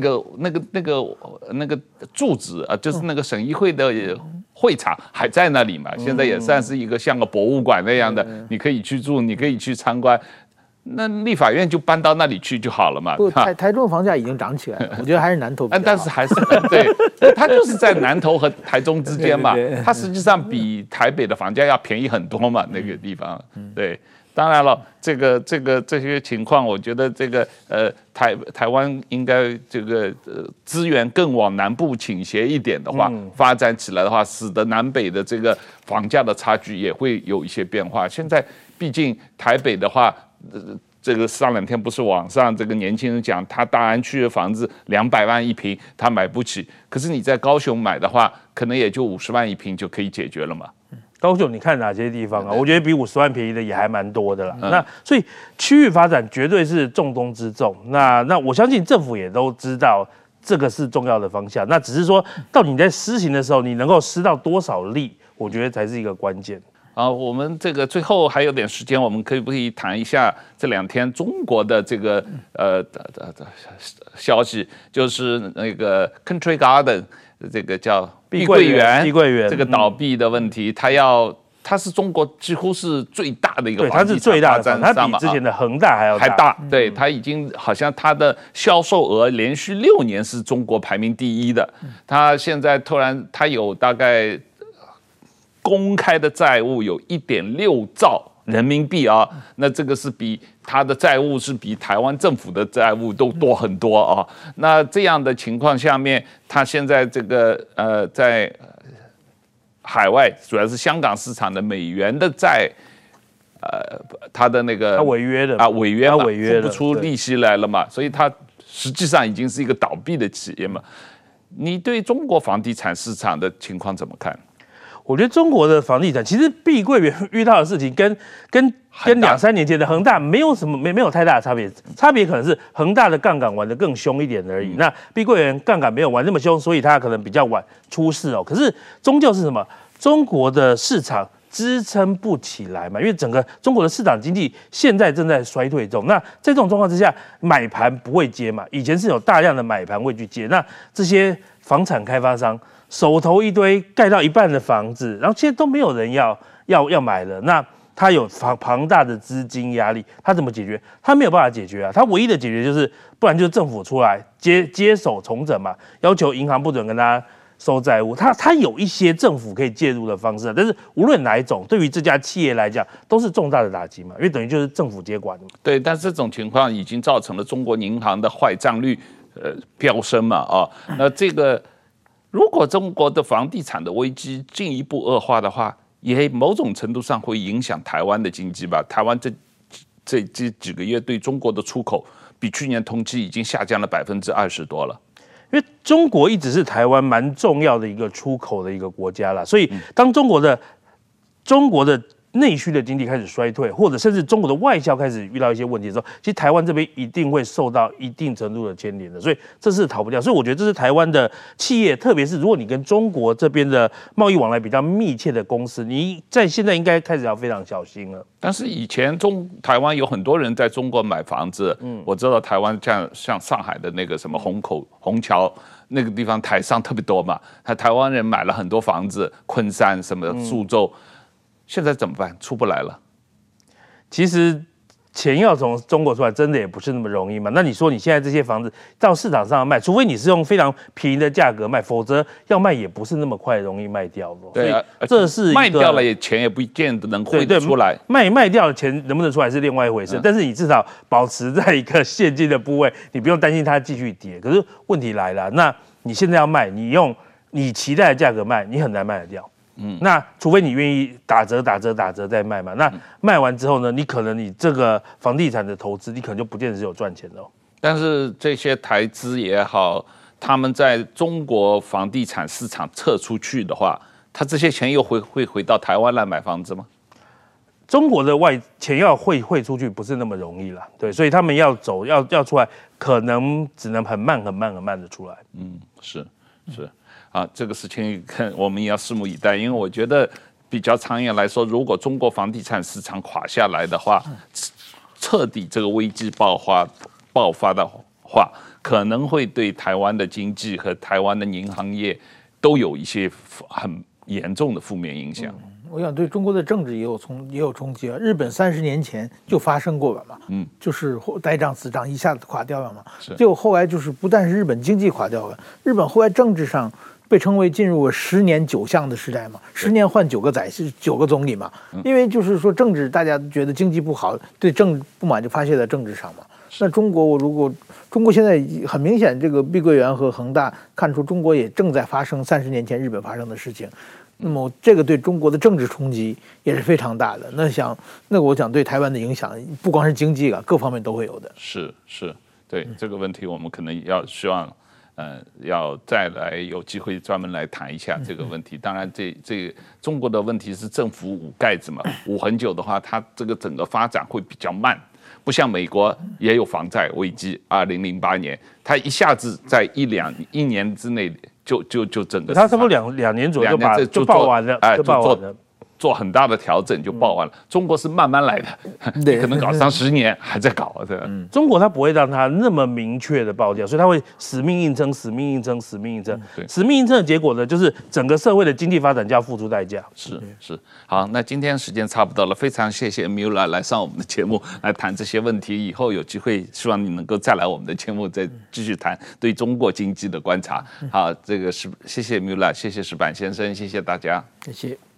个住址啊，就是那个省议会的会场还在那里嘛，现在也算是一个像个博物馆那样的，你可以去住，你可以去参观。那立法院就搬到那里去就好了嘛。 不，台中房价已经涨起来了，我觉得还是南投比较好。 但是还是对，它就是在南投和台中之间嘛，它实际上比台北的房价要便宜很多嘛，那个地方。对，当然了，这些情况，我觉得这个台湾应该这个资源更往南部倾斜一点的话，发展起来的话，使得南北的这个房价的差距也会有一些变化。现在毕竟台北的话。这个上2天不是网上这个年轻人讲，他大安区的房子200万一平，他买不起。可是你在高雄买的话，可能也就50万一平就可以解决了嘛。 高雄你看哪些地方啊？我觉得比50万便宜的也还蛮多的啦。那所以区域发展绝对是重中之重。那我相信政府也都知道这个是重要的方向。那只是说，到底你在施行的时候，你能够施到多少力，我觉得才是一个关键。 我们这个最后还有点时间，我们可不可以谈一下这2天中国的这个消息？就是那个 Country Garden 这个叫碧桂园这个倒闭的问题，它是中国几乎是最大的一个房地产发展商嘛， 它比之前的恒大还大。 对，它已经好像它的销售额连续6年是中国排名第1的。它现在突然它有大概。公开的债务有1.6兆人民币啊，那这个是比他的债务是比台湾政府的债务都多很多啊。那这样的情况下面，他现在这个在海外主要是香港市场的美元的债，他的那个他违约了违约嘛，付不出利息来了嘛，所以他实际上已经是一个倒闭的企业嘛。你对中国房地产市场的情况怎么看？ 我觉得中国的房地产，其实碧桂园遇到的事情跟2-3年前的恒大没有太大的差别，差别可能是恒大的杠杆玩得更凶一点而已。那碧桂园杠杆没有玩那么凶，所以它可能比较晚出事哦。可是终究是什么？中国的市场支撑不起来嘛，因为整个中国的市场经济现在正在衰退中。那在这种状况之下，买盘不会接嘛，以前是有大量的买盘会去接，那这些房产开发商。手头一堆盖到一半的房子，然后现在都没有人要买了，那他有庞大的资金压力，他怎么解决？他没有办法解决啊，他唯一的解决就是，不然就是政府出来接手重整嘛，要求银行不准跟他收债务，他有一些政府可以介入的方式，但是无论哪一种，对于这家企业来讲都是重大的打击嘛，因为等于就是政府接管。 对，但这种情况已经造成了中国银行的坏账率飙升嘛，那这个。如果中国的房地产的危机进一步恶化的话，也某种程度上会影响台湾的经济吧。台湾这几个月对中国的出口比去年同期已经下降了20%多了。 因为中国一直是台湾蛮重要的一个出口的一个国家啦，所以当中国的内需的经济开始衰退，或者甚至中国的外销开始遇到一些问题的时候，其实台湾这边一定会受到一定程度的牵连的，所以这是逃不掉。所以我觉得这是台湾的企业，特别是如果你跟中国这边的贸易往来比较密切的公司，你在现在应该开始要非常小心了。 但是以前台湾有很多人在中国买房子，我知道台湾像上海的那个什么虹桥那个地方台商特别多嘛，台湾人买了很多房子，昆山什么苏州。现在怎么办？出不来了。 其实钱要从中国出来，真的也不是那么容易嘛。那你说你现在这些房子到市场上卖，除非你是用非常便宜的价格卖，否则要卖也不是那么快容易卖掉的。 对啊， 这是卖掉了钱也不见得能汇得出来。 卖掉的钱能不能出来是另外一回事，但是你至少保持在一个现金的部位，你不用担心它继续跌。可是问题来了，那你现在要卖，你用你期待的价格卖，你很难卖得掉。 那除非你愿意打折再卖嘛。那卖完之后呢，你可能你这个房地产的投资，你可能就不见得是有赚钱的哦。 但是这些台资也好，他们在中国房地产市场撤出去的话，他这些钱又会回到台湾来买房子吗？ 中国的钱要汇出去不是那么容易啦，对，所以他们要走要出来，可能只能很慢的出来。 是。啊，这个事情我们也要拭目以待，因为我觉得比较长远来说，如果中国房地产市场垮下来的话，彻底这个危机爆发的话，可能会对台湾的经济和台湾的银行业都有一些很严重的负面影响。 我想对中国的政治也有冲击啊。日本30年前就发生过嘛，就是呆账死账一下子垮掉了嘛。结果后来就是不但是日本经济垮掉了，日本后来政治上被称为进入了10年9相的时代嘛，10年换9个9个总理嘛。因为就是说政治大家觉得经济不好，对政治不满就发泄在政治上嘛。那中国现在很明显，这个碧桂园和恒大看出中国也正在发生30年前日本发生的事情。那么这个对中国的政治冲击也是非常大的。那我想对台湾的影响不光是经济啊，各方面都会有的。 是，对这个问题，我们可能希望要再来有机会专门来谈一下这个问题。当然，这中国的问题是政府捂盖子嘛，捂很久的话，它这个整个发展会比较慢。不像美国也有房债危机，2008年，它一下子在一年之内就整个， 它差不多两年左右就爆完了， 做很大的调整就爆完了。中国是慢慢来的，你可能搞上10年还在搞的。 中国它不会让它那么明确的爆掉，所以它会死命硬撑。死命硬撑的结果呢，就是整个社会的经济发展就要付出代价。 是。好，那今天时间差不多了，非常谢谢 Mula 来上我们的节目来谈这些问题。以后有机会，希望你能够再来我们的节目，再继续谈对中国经济的观察。好，这个是谢谢 Mula， 谢谢石板先生，谢谢大家， 谢谢。